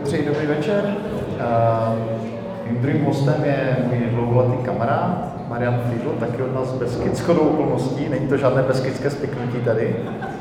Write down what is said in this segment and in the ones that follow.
Přeji dobrý večer. Mým druhým hostem je můj dlouholetý kamarád Marian Friedl, taky od nás z Beskyd, shodou okolností, není to žádné beskydské spiknutí tady.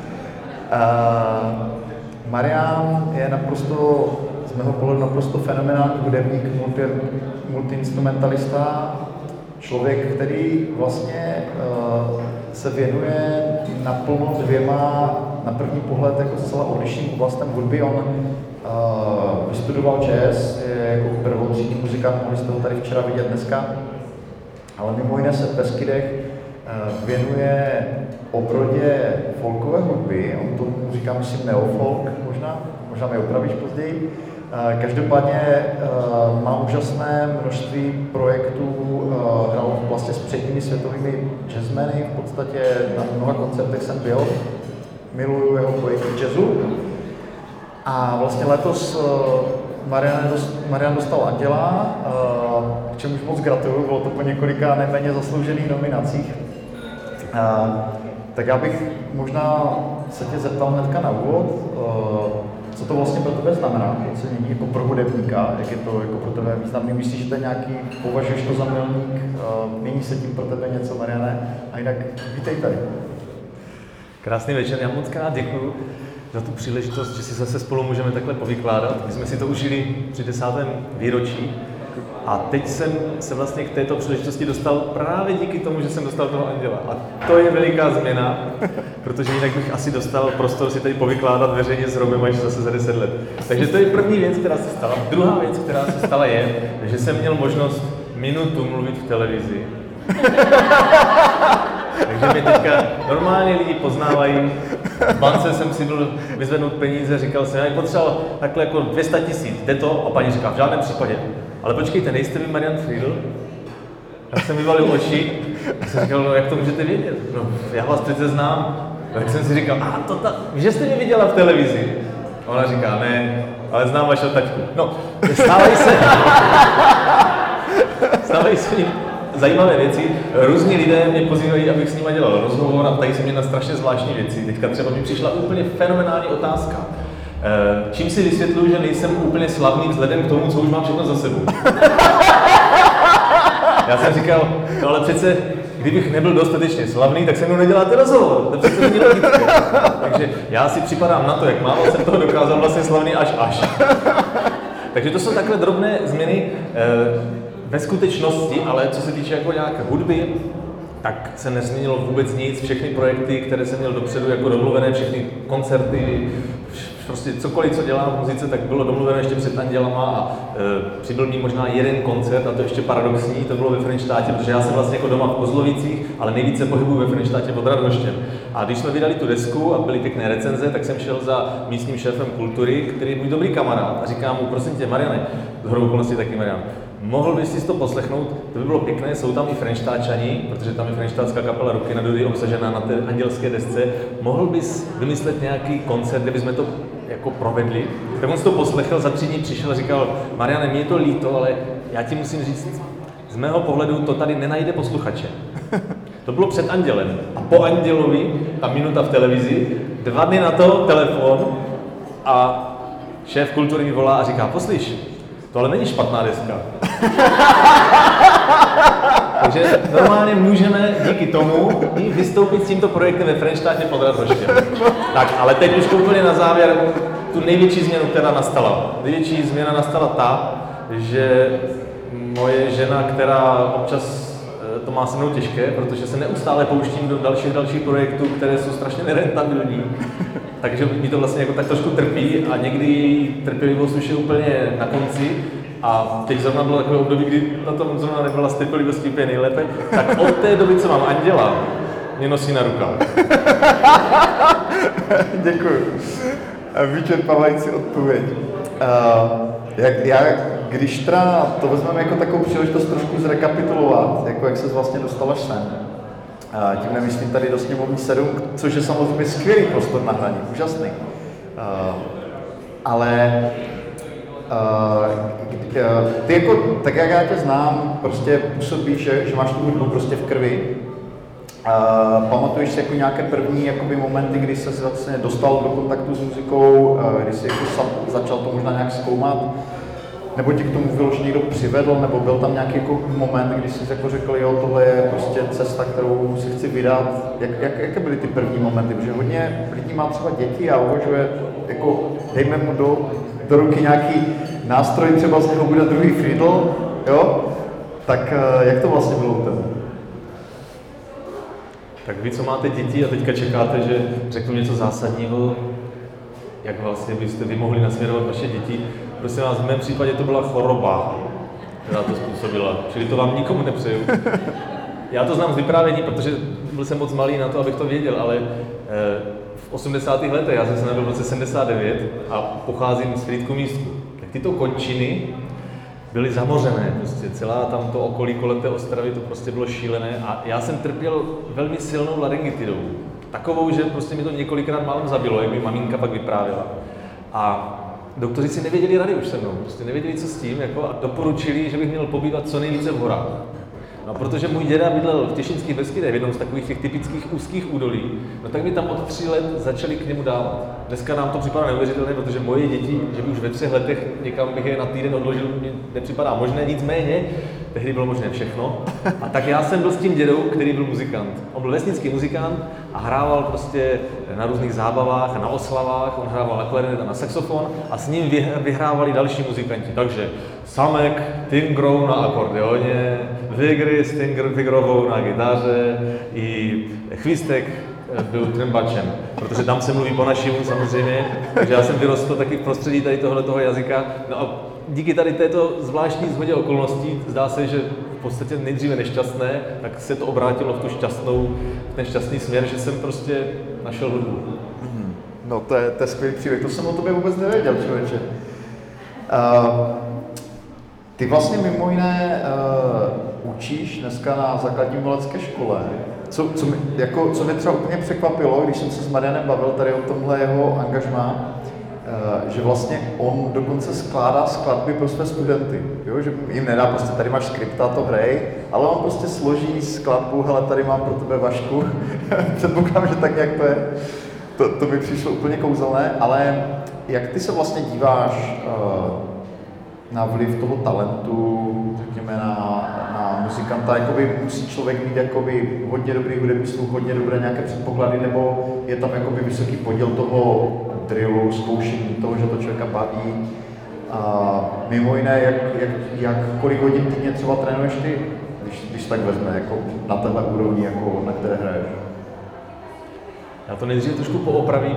Marian je naprosto, z mého pohledu naprosto fenomenální hudebník, multiinstrumentalista, člověk, který vlastně se věnuje naplno dvěma, na první pohled jako zcela odlišným oblastem hudby. On vystudoval jazz, je jako prvotřídní muzikant, mohli jste ho tady včera vidět dneska, ale mimo jiné se v Beskydech věnuje obrodě folkové hudby, on tomu říká, myslím, neofolk, možná mě opravíš později. Každopádně má úžasné množství projektů, hrál vlastně s předními světovými jazzmeny, v podstatě na mnoha koncertech jsem byl, miluju jeho pojetí jazzu. A vlastně letos Marian dostal Anděla, k čemuž moc gratuluju, bylo to po několika neméně zasloužených nominacích. Tak já bych možná se tě zeptal hnedka na úvod, co to vlastně pro tebe znamená, ocenění jako pro hudebníka, jak je to jako pro tebe významný, myslíš, že to je nějaký, považuješ to za milník, mění se tím pro tebe něco, Mariane, a jinak vítej tady. Krásný večer, já moc krát děkuju za tu příležitost, že si zase spolu můžeme takhle povykládat. My jsme si to užili při 10. výročí a teď jsem se vlastně k této příležitosti dostal právě díky tomu, že jsem dostal toho Anděla. A to je veliká změna, protože jinak bych asi dostal prostor si tady povykládat veřejně s Robem až zase za 10 let. Takže to je první věc, která se stala. Druhá věc, která se stala, je, že jsem měl možnost minutu mluvit v televizi. Takže mě teďka normálně lidi poznávají. V bance jsem si byl vyzvednout peníze, říkal jsem, já potřeboval takhle jako 200 000, jde to? A paní říká, v žádném případě. Ale počkejte, nejste vy Marian Friedl? Já jsem vyvalil oči a jsem říkal, no jak to můžete vědět? No, já vás přece znám. Tak jsem si říkal, že jste mě viděla v televizi? A ona říká, ne, ale znám vašeho taťku. No, stávají se zajímavé věci. Různí lidé mě pozývají, abych s nimi dělal rozhovor a ptají se mě na strašně zvláštní věci. Teďka třeba mi přišla úplně fenomenální otázka. Čím si vysvětluju, že nejsem úplně slavný vzhledem k tomu, co už mám všechno za sebou? Já jsem říkal, no ale přece, kdybych nebyl dostatečně slavný, tak se mnou neděláte rozhovor. To přece není logické. Takže já si připadám na to, jak málo jsem toho dokázal vlastně slavný až. Takže to jsou takhle drobné změny. Ve skutečnosti, ale co se týče jako nějaké hudby, tak se nezměnilo vůbec nic. Všechny projekty, které jsem měl dopředu jako domluvené, všechny koncerty, prostě cokoliv, co dělám v muzice, tak bylo domluvené ještě před Andělama a přibyl mi možná jeden koncert, a to ještě paradoxní, to bylo ve Frenštátě, protože já jsem vlastně jako doma v Kozlovicích, ale nejvíce pohybuju ve Frenštátě pod Radhoštěm. A když jsme vydali tu desku a byly pěkné recenze, tak jsem šel za místním šéfem kultury, který je můj dobrý kamarád, a říkám mu, prosím tě, Mariane, shodou okolností taky Marian, mohl bys si to poslechnout, to by bylo pěkné, jsou tam i Frenštáčani, protože tam je frenštátská kapela Ruky na Dudy obsažená na té andělské desce. Mohl bys vymyslet nějaký koncert, kde bychom to jako provedli? Tak on si to poslechl, za 3 dní přišel a říkal, Mariane, mě je to líto, ale já ti musím říct, z mého pohledu to tady nenajde posluchače. To bylo před Andělem a po Andělovi, ta minuta v televizi, 2 dny na to telefon a šéf kultury mi volá a říká, poslyš, to ale není špatná deska. Takže normálně můžeme díky tomu i vystoupit s tímto projektem ve Frenštátě pod Radhoštěm. Tak, ale teď už úplně na závěr tu největší změnu, která nastala. Největší změna nastala ta, že moje žena, která občas to má se mnou těžké, protože se neustále pouštím do dalších projektů, které jsou strašně nerentabilní. Takže mi to vlastně jako tak trošku trpí a někdy její trpělivost už je úplně na konci. A teď zrovna bylo takové období, kdy na tom zrovna nebyla s trpělivostí úplně nejlépe. Tak od té doby, co mám Anděla, mě nosí na rukách. Děkuji. Vyčerpávající odpověď. Když teda to vezmeme jako takovou příležitost trošku zrekapitulovat, jako jak se vlastně dostala sem. Tím nemyslím tady do sněmovní 7, což je samozřejmě skvělý prostor na hraní, úžasný. Ale ty jako, tak jak já tě znám, prostě působíš, že máš tu hudbu prostě v krvi Pamatuješ si jako nějaké první jakoby momenty, kdy jsi vlastně dostal do kontaktu s muzikou, kdy jsi jako začal to možná nějak zkoumat? Nebo tě k tomu vyloženě někdo přivedl, nebo byl tam nějaký jako moment, kdy jsi jako řekl, jo, tohle je prostě cesta, kterou si chci vydat. Jaké byly ty první momenty? Protože hodně lidí má třeba děti a uvažuje, jako dejme mu do ruky nějaký nástroj, třeba z něho bude druhý fiddle, jo? Tak jak to vlastně bylo u tebe? Tak vy, co máte děti a teďka čekáte, že řeknu něco zásadního, jak vlastně byste vy mohli nasměrovat vaše děti. Prosím vás, v mém případě to byla choroba, která to způsobila, čili to vám nikomu nepřeju. Já to znám z vyprávění, protože byl jsem moc malý na to, abych to věděl, ale v 80. letech, já jsem se narodil v roce 79 a pocházím z Frýdku-Místku. Tak tyto končiny byly zamořené, prostě celá tam to okolí kolem té Ostravy, to prostě bylo šílené a já jsem trpěl velmi silnou laryngitidou. Takovou, že prostě mi to několikrát málem zabilo, jak mi maminka pak vyprávěla. A doktoři si nevěděli rady už se mnou, prostě nevěděli, co s tím, jako, a doporučili, že bych měl pobývat co nejvíce v horách. No, protože můj děda bydlel v Těšínských Beskydech, v jednom z takových těch typických úzkých údolí, no tak mi tam od 3 let začali k němu dávat. Dneska nám to připadá neuvěřitelné, protože moje děti, že by už ve 3 letech někam bych je na týden odložil, mi nepřipadá možné, nicméně, tehdy bylo možné všechno. A tak já jsem byl s tím dědou, který byl muzikant. On byl vesnický muzikant a hrával prostě na různých zábavách a na oslavách, on hrával na klarinet a na saxofon a s ním vyhrávali další muzikanti. Takže Samek, Tingrou na akordeoně, Vigry s Tigrovou na gitáře i Chvístek byl trembačem, protože tam se mluví po našimu samozřejmě, takže já jsem vyrostl taky v prostředí tady tohoto jazyka. No a díky tady této zvláštní shodě okolností zdá se, že v podstatě nejdříve nešťastné, tak se to obrátilo v ten šťastný směr, že jsem prostě našel hudbu. No to je skvělý příběh, to jsem o tobě vůbec nevěděl, člověče. Ty vlastně mimo jiné učíš dneska na základní umělecké škole. Co mě třeba úplně překvapilo, když jsem se s Marianem bavil tady o tomhle jeho angažmá, že vlastně on dokonce skládá skladby pro své studenty, jo? Že jim nedá prostě tady máš skripta, to hrej, ale on prostě složí skladbu, hele tady mám pro tebe Vašku, předpokládám, že tak nějak to je. To mi přišlo úplně kouzelné, ale jak ty se vlastně díváš na vliv toho talentu, řekněme, na muzikanta, jakoby musí člověk mít jakoby hodně dobrý hudební sluch, hodně dobré nějaké předpoklady, nebo je tam jakoby vysoký podíl toho drillu, zkoušení toho, že to člověka baví. A mimo jiné, kolik hodin týdně třeba trénuješ ty, když tak vezme, jako na téhle úrovni, jako na které hraješ? Já to nejdříve trošku poopravím.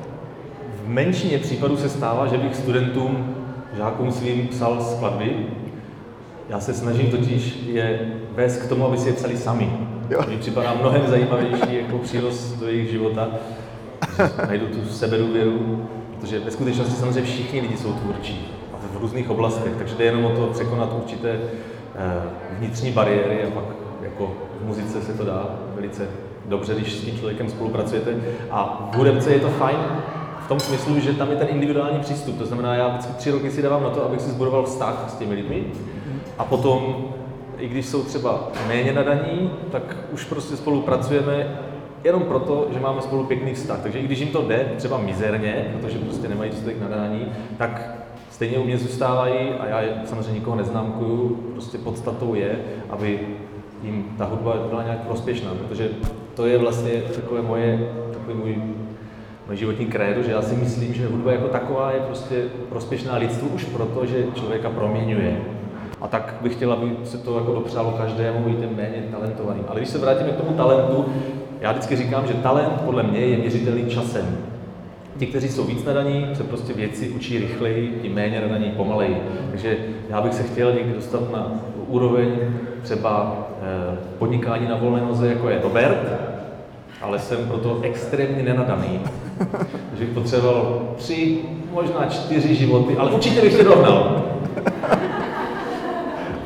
V menšině případů se stává, že bych studentům, žákům svým psal skladby. Já se snažím totiž je vést k tomu, aby si je psali sami. To mi připadá mnohem zajímavější jako přínos do jejich života. Najdu tu sebedůvěru, protože ve skutečnosti samozřejmě všichni lidi jsou tvůrčí a v různých oblastech, takže jde jenom o to překonat určité vnitřní bariéry a pak jako v muzice se to dá velice dobře, když s tím člověkem spolupracujete. A v hudebce je to fajn v tom smyslu, že tam je ten individuální přístup. To znamená, já vždycky 3 roky si dávám na to, abych si zbudoval vztah s těmi lidmi a potom, i když jsou třeba méně nadaní, tak už prostě spolupracujeme jenom proto, že máme spolu pěkný vztah. Takže i když jim to jde třeba mizerně, protože prostě nemají dostatek nadání, tak stejně u mě zůstávají a já samozřejmě nikoho neznámkuju. Prostě podstatou je, aby jim ta hudba byla nějak prospěšná, protože to je vlastně takový můj životní krédo, že já si myslím, že hudba jako taková je prostě prospěšná lidstvu už proto, že člověka proměňuje. A tak bych chtěl, aby se to jako dopřálo každému, i těm méně talentovaným. Ale když se vrátíme k tomu talentu, já vždycky říkám, že talent podle mě je měřitelný časem. Ti, kteří jsou víc nadaní, se prostě věci učí rychleji, ti méně nadaní pomaleji. Takže já bych se chtěl někdy dostat na úroveň třeba podnikání na volné noze, jako je Robert, ale jsem proto extrémně nenadaný. Takže bych potřeboval 3, možná 4 životy, ale určitě bych tě dohnal.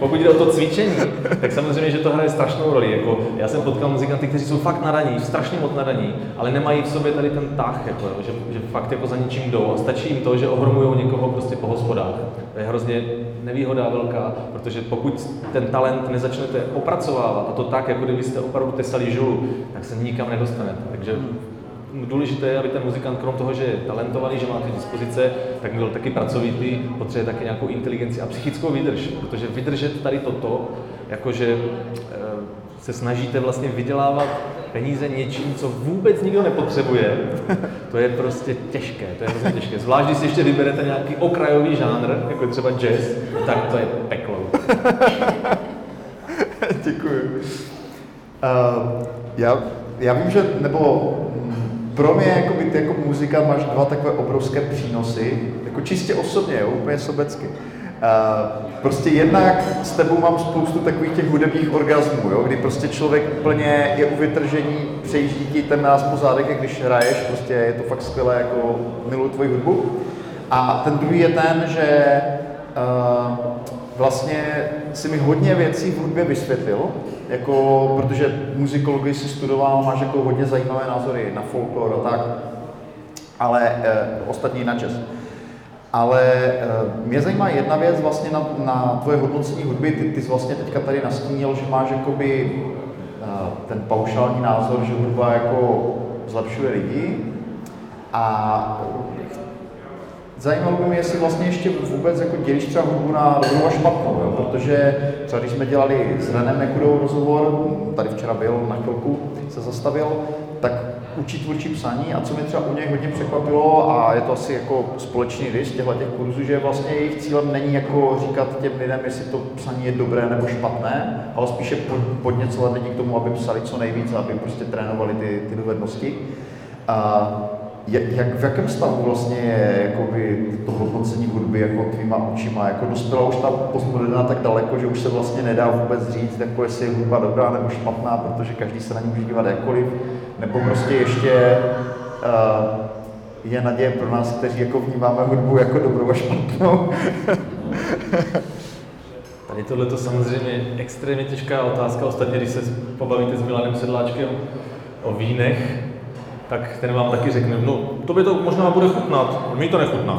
pokud jde o to cvičení, tak samozřejmě, že to hraje strašnou roli. Jako, já jsem potkal muzikanty, kteří jsou fakt nadaní, strašně moc nadaní, ale nemají v sobě tady ten tah, jako, že fakt jako za ničím jdou a stačí jim to, že ohromují někoho prostě po hospodách. To je hrozně nevýhoda velká, protože pokud ten talent nezačnete opracovávat, a to tak, jako kdybyste opravdu tesali žulu, tak se nikam nedostanete. Takže důležité je, aby ten muzikant, krom toho, že je talentovaný, že má ty dispozice, tak byl taky pracovitý, potřebuje taky nějakou inteligenci a psychickou výdrž, protože vydržet tady toto, jakože se snažíte vlastně vydělávat peníze něčím, co vůbec nikdo nepotřebuje, to je prostě těžké, to je hrozně těžké. Zvlášť, když si ještě vyberete nějaký okrajový žánr, jako třeba jazz, tak to je peklo. Děkuji. Já vím, že, nebo pro mě jakoby, ty jako muzikant máš dva takové obrovské přínosy, jako čistě osobně, jo, úplně sobecky. Prostě jednak s tebou mám spoustu takových těch hudebních orgasmů, jo, kdy prostě člověk úplně je u vytržení, přejíždí ti ten nás po zádech, jak když hraješ, prostě je to fakt skvělé, jako miluji tvoji hudbu. A ten druhý je ten, že vlastně si mi hodně věcí v hudbě vysvětlil, jako, protože muzikologii si studoval, máš jako hodně zajímavé názory na folklor a tak, ale ostatní na jazz. Ale mě zajímá jedna věc vlastně na tvoje hodnocení hudby. Ty jsi vlastně teďka tady nastínil, že máš jakoby ten paušální názor, že hudba jako zlepšuje lidi. A zajímalo by mě, jestli vlastně ještě vůbec jako dělíš třeba hudbu na dobrou a špatnou, jo? Protože třeba když jsme dělali s Renem Nekudou rozhovor, tady včera byl, na chvilku se zastavil, tak učí tvůrčí psaní a co mě třeba u něj hodně překvapilo, a je to asi jako společný rys těch kurzů, že vlastně jejich cílem není jako říkat těm lidem, jestli to psaní je dobré nebo špatné, ale spíše podněcovat lidi k tomu, aby psali co nejvíc a aby prostě trénovali ty dovednosti. V jakém stavu vlastně je jakoby, to hodnocení hudby jako tvýma očima? Jako dospěla už ta postmoderna tak daleko, že už se vlastně nedá vůbec říct, jako jestli je hudba dobrá nebo špatná, protože každý se na ní může dívat jakkoliv, nebo prostě ještě je naděje pro nás, kteří jako vnímáme hudbu jako dobrou a špatnou. Tady tohle to samozřejmě je extrémně těžká otázka. Ostatně, když se pobavíte s Milanem Sedláčkem o vínech, tak ten vám taky řekne, no to by to možná bude chutnat, mi to nechutná.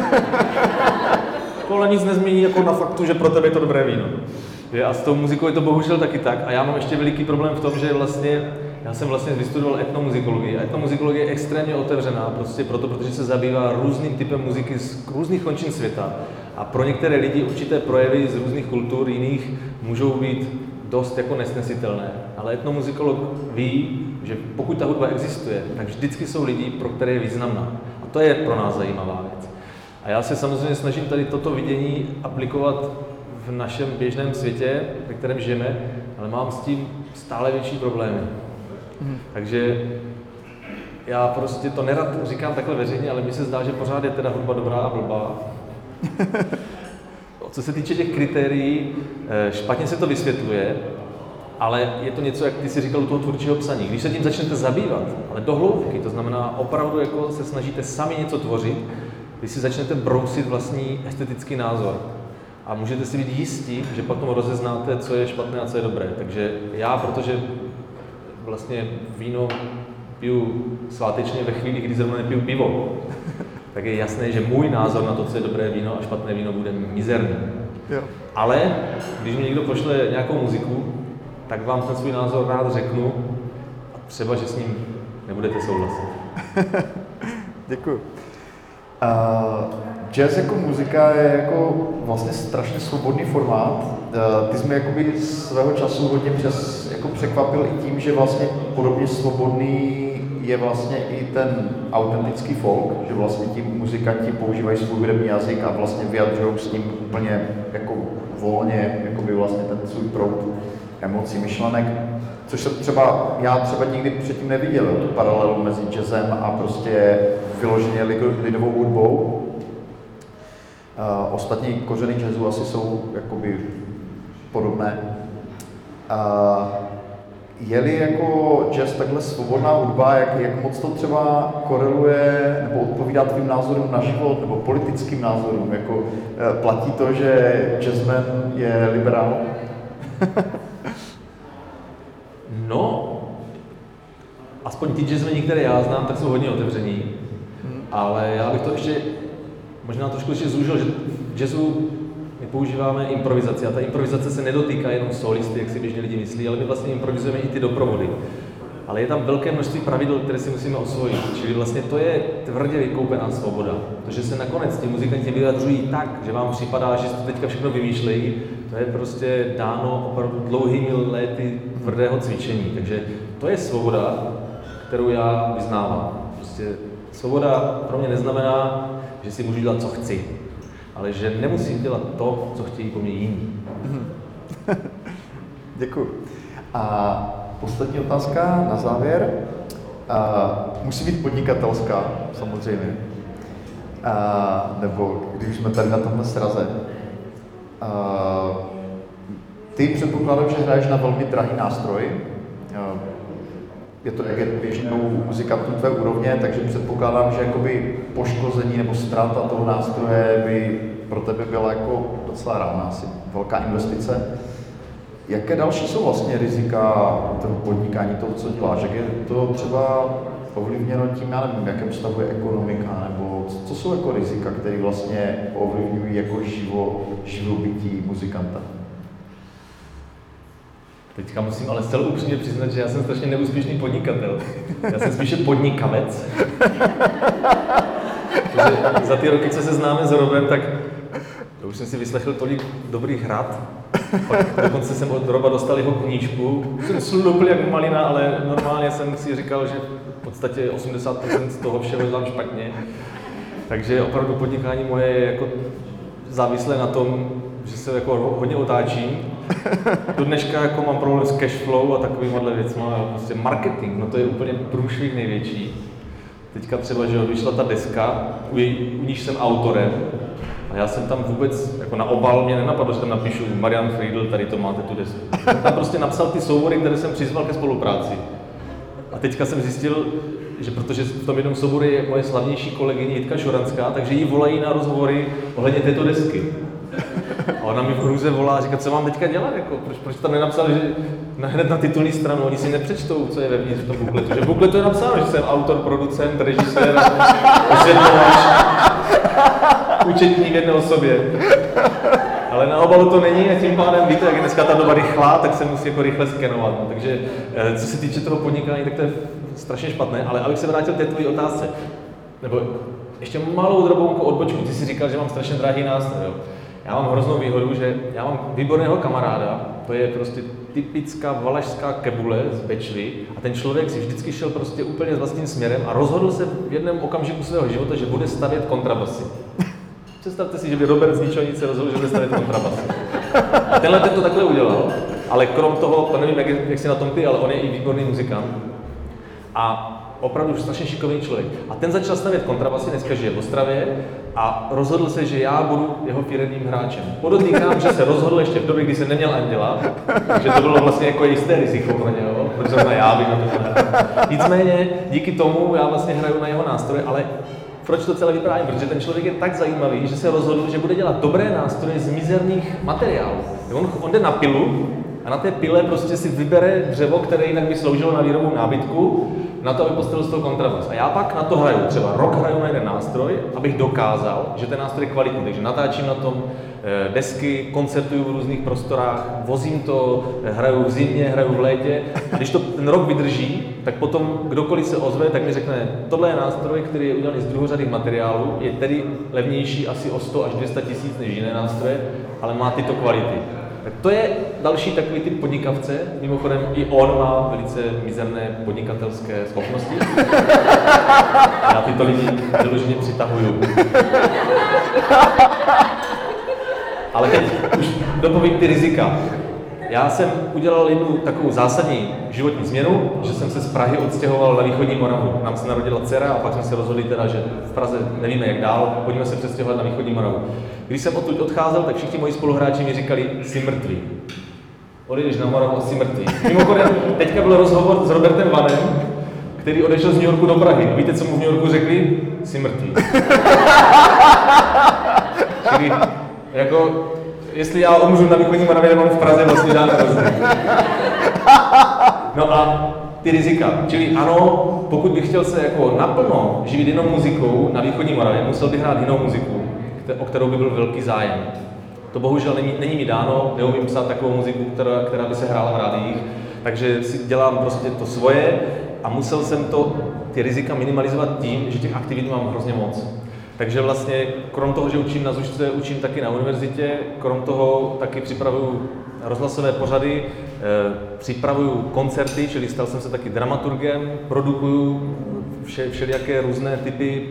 To ale nic nezmění jako na faktu, že pro tebe je to dobré víno. A s tou muzikou je to bohužel taky tak. A já mám ještě veliký problém v tom, že já jsem vlastně vystudoval etnomuzikologii. A etnomuzikologie je extrémně otevřená, prostě protože se zabývá různým typem muziky z různých končin světa. A pro některé lidi určité projevy z různých kultur jiných můžou být dost jako nesnesitelné. Ale etnomuzikolog ví, že pokud ta hudba existuje, tak vždycky jsou lidi, pro které je významná. A to je pro nás zajímavá věc. A já se samozřejmě snažím tady toto vidění aplikovat v našem běžném světě, ve kterém žijeme, ale mám s tím stále větší problémy. Takže já prostě to nerad říkám takhle veřejně, ale mně se zdá, že pořád je teda hudba dobrá a blbá. Co se týče těch kritérií, špatně se to vysvětluje, ale je to něco, jak ty si říkal u toho tvůrčího psaní. Když se tím začnete zabývat, ale do hloubky, to znamená opravdu jako se snažíte sami něco tvořit, když si začnete brousit vlastní estetický názor. A můžete si být jistí, že potom rozeznáte, co je špatné a co je dobré. Takže já, protože vlastně víno piju svátečně ve chvíli, kdy zrovna nepiju pivo, tak je jasné, že můj názor na to, co je dobré víno a špatné víno, bude mizerný. Jo. Ale když mi někdo pošle nějakou muziku, tak vám ten svůj názor rád řeknu a třeba, že s ním nebudete souhlasit. Děkuji. Jazz jako muzika je jako vlastně strašně svobodný formát. Ty jsi mi jakoby svého času hodně překvapil i tím, že vlastně podobně svobodný je vlastně i ten autentický folk, že vlastně ti muzikanti používají svůj hudební jazyk a vlastně vyjadřují s ním úplně jako volně, jakoby vlastně ten svůj proud emocí, myšlenek, což jsem já třeba nikdy předtím neviděl, tu paralelu mezi jazzem a prostě vyloženě lidovou hudbou. Ostatní kořeny jazzu asi jsou jakoby podobné. je-li jako jazz takhle svobodná hudba, jak moc to třeba koreluje nebo odpovídá tvým názorům na život nebo politickým názorům? Jako, platí to, že jazzman je liberál? No, aspoň ty jazzmeni, které já znám, tak jsou hodně otevření. Ale já bych to ještě možná trošku ještě zúžil, že v jazzu my používáme improvizaci a ta improvizace se nedotýká jenom solisty, jak si běžně lidi myslí, ale my vlastně improvizujeme i ty doprovody. Ale je tam velké množství pravidel, které si musíme osvojit, čili vlastně to je tvrdě vykoupená svoboda. To, že se nakonec ti muzikanti vyjadřují tak, že vám připadá, že si to teďka všechno vymýšlejí, to je prostě dáno opravdu dlouhými léty tvrdého cvičení. Takže to je svoboda, kterou já vyznávám. Prostě svoboda pro mě neznamená, že si můžu dělat, co chci, ale že nemusím dělat to, co chtějí po mně jiní. Děkuji. A poslední otázka na závěr. Musí být podnikatelská, samozřejmě. Nebo když jsme tady na tomhle sraze. Ty předpokládám, že hraješ na velmi drahý nástroj. Je to jak je běžnou muzikantů tvé úrovně, takže předpokládám, že jakoby poškození nebo ztráta toho nástroje by pro tebe byla jako docela reálná, asi velká investice. Jaké další jsou vlastně rizika toho podnikání, toho, co děláš? Jak je to třeba ovlivněno tím, já nevím, v jakém stavu je ekonomika, nebo co jsou jako rizika, které vlastně ovlivňují jako živobytí muzikanta? Teďka musím ale zcela upřímně přiznat, že já jsem strašně neúspěšný podnikatel. Já jsem spíše podnikavec. Za ty roky, co se známe s Robem, tak už jsem si vyslechl tolik dobrých rad. Pak dokonce jsem od Roba dostal jeho knížku. Už jsem slupl jak malina, ale normálně jsem si říkal, že v podstatě 80% z toho všeho dělám špatně. Takže opravdu podnikání moje je jako závislé na tom, že se jako hodně otáčím. Do dneška jako mám problém s cashflow a takovýmhle věcma. Prostě marketing, no to je úplně průšvih největší. Teďka třeba, že vyšla ta deska, u níž jsem autorem. A já jsem tam vůbec, jako na obal mě nenapadlo, že tam napíšu Marian Friedl, tady to máte tu desku. Tam prostě napsal ty soubory, které jsem přizval ke spolupráci. A teďka jsem zjistil, že protože v tom jednom souboru je moje slavnější kolegyně Jitka Šoranská, takže jí volají na rozhovory ohledně této desky. A ona mi v hruze volá a říká, co mám teďka dělat, jako, proč tam nenapsal, že hned na titulní stranu, oni si nepřečtou, co je vevnitř v tom bukletu. Že v bukletu je napsáno, že jsem autor, producent, režisér, osvětlovač, účetní v jedné osobě. Ale na obalu to není a tím pádem víte, jak je dneska ta doba rychlá, tak se musí jako rychle skenovat. No. Takže co se týče toho podnikání, tak to je strašně špatné. Ale abych se vrátil k té tvojí otázce, nebo ještě malou drobnou odbočku, ty jsi říkal, že mám strašně drahý nástroj. Jo. Já mám hroznou výhodu, že já mám výborného kamaráda, to je prostě typická valašská kebule z Bečvy a ten člověk si vždycky šel prostě úplně s vlastním směrem a rozhodl se v jednom okamžiku svého života, že bude stavět kontrabasy. Představte si, že by Robert z ničeho nic se rozhodl, že bude stavět kontrabasy. A tenhle ten to takhle udělal, ale krom toho, to nevím, jak jsi na tom ty, ale on je i výborný muzikant. A opravdu strašně šikovný člověk. A ten začal stavět kontrabasy, dneska žije v Ostravě a rozhodl se, že já budu jeho firemním hráčem. Podotýkám, že se rozhodl ještě v době, kdy se neměl ani dělat, takže to bylo vlastně jako jisté riziko pro něho, protože zrovna já bych na to hrál. Nicméně, díky tomu já vlastně hraju na jeho nástroje, ale proč to celé vyprávím? Protože ten člověk je tak zajímavý, že se rozhodl, že bude dělat dobré nástroje z mizerných materiálů. On jde na pilu a na té pile prostě si vybere dřevo, které jinak by sloužilo na výrobu nábytku, na to, aby postavil z toho kontrabas. A já pak na to hraju, třeba rok hraju na jeden nástroj, abych dokázal, že ten nástroj je kvalitní. Takže natáčím na tom desky, koncertuju v různých prostorách, vozím to, hraju v zimě, hraju v létě. A když to ten rok vydrží, tak potom kdokoliv se ozve, tak mi řekne, tohle je nástroj, který je udělaný z druhořadých materiálů, je tedy levnější asi o 100 až 200 tisíc než jiné nástroje, ale má tyto kvality. Tak to je další takový typ podnikavce, mimochodem i on má velice mizerné podnikatelské schopnosti. Já tyto lidi vyloženě přitahuju. Ale teď už dopovím ty rizika. Já jsem udělal jednu takovou zásadní životní změnu, že jsem se z Prahy odstěhoval na východní Moravu. Nám se narodila dcera a pak jsme se rozhodli teda, že v Praze nevíme jak dál, pojďme se přestěhovat na východní Moravu. Když jsem odtud odcházel, tak všichni moji spoluhráči mi říkali, jsi mrtvý. odejdeš na Moravu, asi mrtvý. Mimochodem, teďka byl rozhovor s Robertem Vanem, který odešel z New Yorku do Prahy. A víte, co mu v New Yorku řekli? Jsi mrtvý. Čili, jako, jestli já umřu na východní Moravě nebo v Praze, vlastně žádný rozdíl. No a ty rizika. Čili ano, pokud bych chtěl se jako naplno živit jenom muzikou na východní Moravě, musel bych hrát jinou muziku, o kterou by byl velký zájem. To bohužel není mi dáno, neumím psát takovou muziku, která by se hrála v rádiích, takže si dělám prostě to svoje a musel jsem ty rizika minimalizovat tím, že těch aktivit mám hrozně moc. Takže vlastně krom toho, že učím na Zušce, učím taky na univerzitě, krom toho taky připravuju rozhlasové pořady, připravuju koncerty, čili stal jsem se taky dramaturgem, produkuju všelijaké různé typy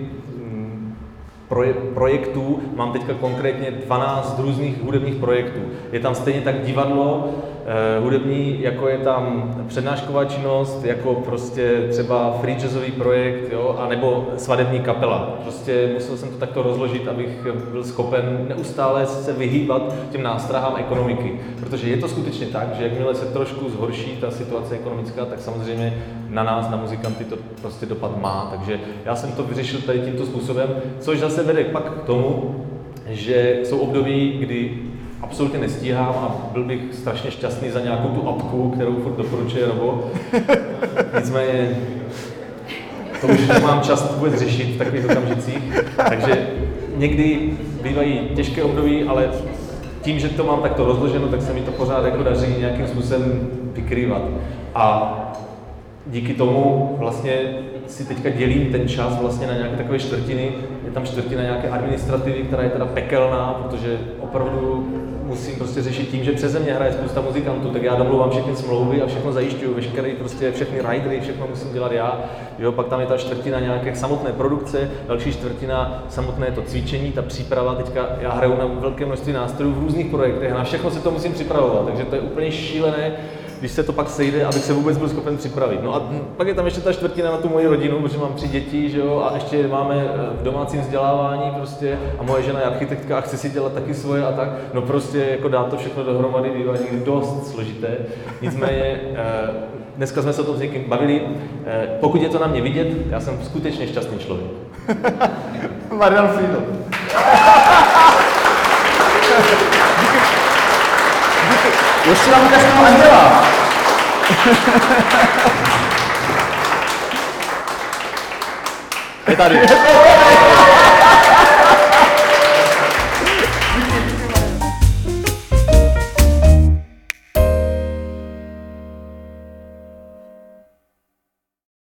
projektů, mám teďka konkrétně 12 různých hudebních projektů. Je tam stejně tak divadlo hudební, jako je tam přednášková činnost, jako prostě třeba free jazzový projekt, jo, anebo svadební kapela. Prostě musel jsem to takto rozložit, abych byl schopen neustále se vyhýbat těm nástrahám ekonomiky. Protože je to skutečně tak, že jakmile se trošku zhorší ta situace ekonomická, tak samozřejmě na nás, na muzikanty, to prostě dopad má. Takže já jsem to vyřešil tady tímto způsobem, což zase vede pak k tomu, že jsou období, kdy absolutně nestíhám a byl bych strašně šťastný za nějakou tu apku, kterou furt doporučuje Robo. Nicméně to už nemám čas vůbec řešit v takových okamžicích. Takže někdy bývají těžké období, ale tím, že to mám takto rozloženo, tak se mi to pořád jako daří nějakým způsobem vykrývat. A díky tomu vlastně si teďka dělím ten čas vlastně na nějaké takové čtvrtiny. Je tam čtvrtina nějaké administrativy, která je teda pekelná, protože opravdu musím prostě řešit tím, že přeze mě hraje spousta muzikantů, tak já domluvám všechny smlouvy a všechno zajišťuju, všechny ridery, všechno musím dělat já. Jo, pak tam je ta čtvrtina nějaké samotné produkce, další čtvrtina samotné to cvičení, ta příprava. Teďka já hraju na velké množství nástrojů v různých projektech a na všechno se to musím připravovat, takže to je úplně šílené, když se to pak sejde, abych se vůbec byl schopen připravit. No a pak je tam ještě ta čtvrtina na tu moji rodinu, protože mám 3 děti, že jo, a ještě máme v domácím vzdělávání prostě a moje žena je architektka a chce si dělat taky svoje a tak. No prostě jako dát to všechno dohromady bývá někdy dost složité. Nicméně dneska jsme se o tom s někým bavili. Pokud je to na mě vidět, já jsem skutečně šťastný člověk. Marian Friedl. Ještě nám ukáž toho Anděla. Je tady.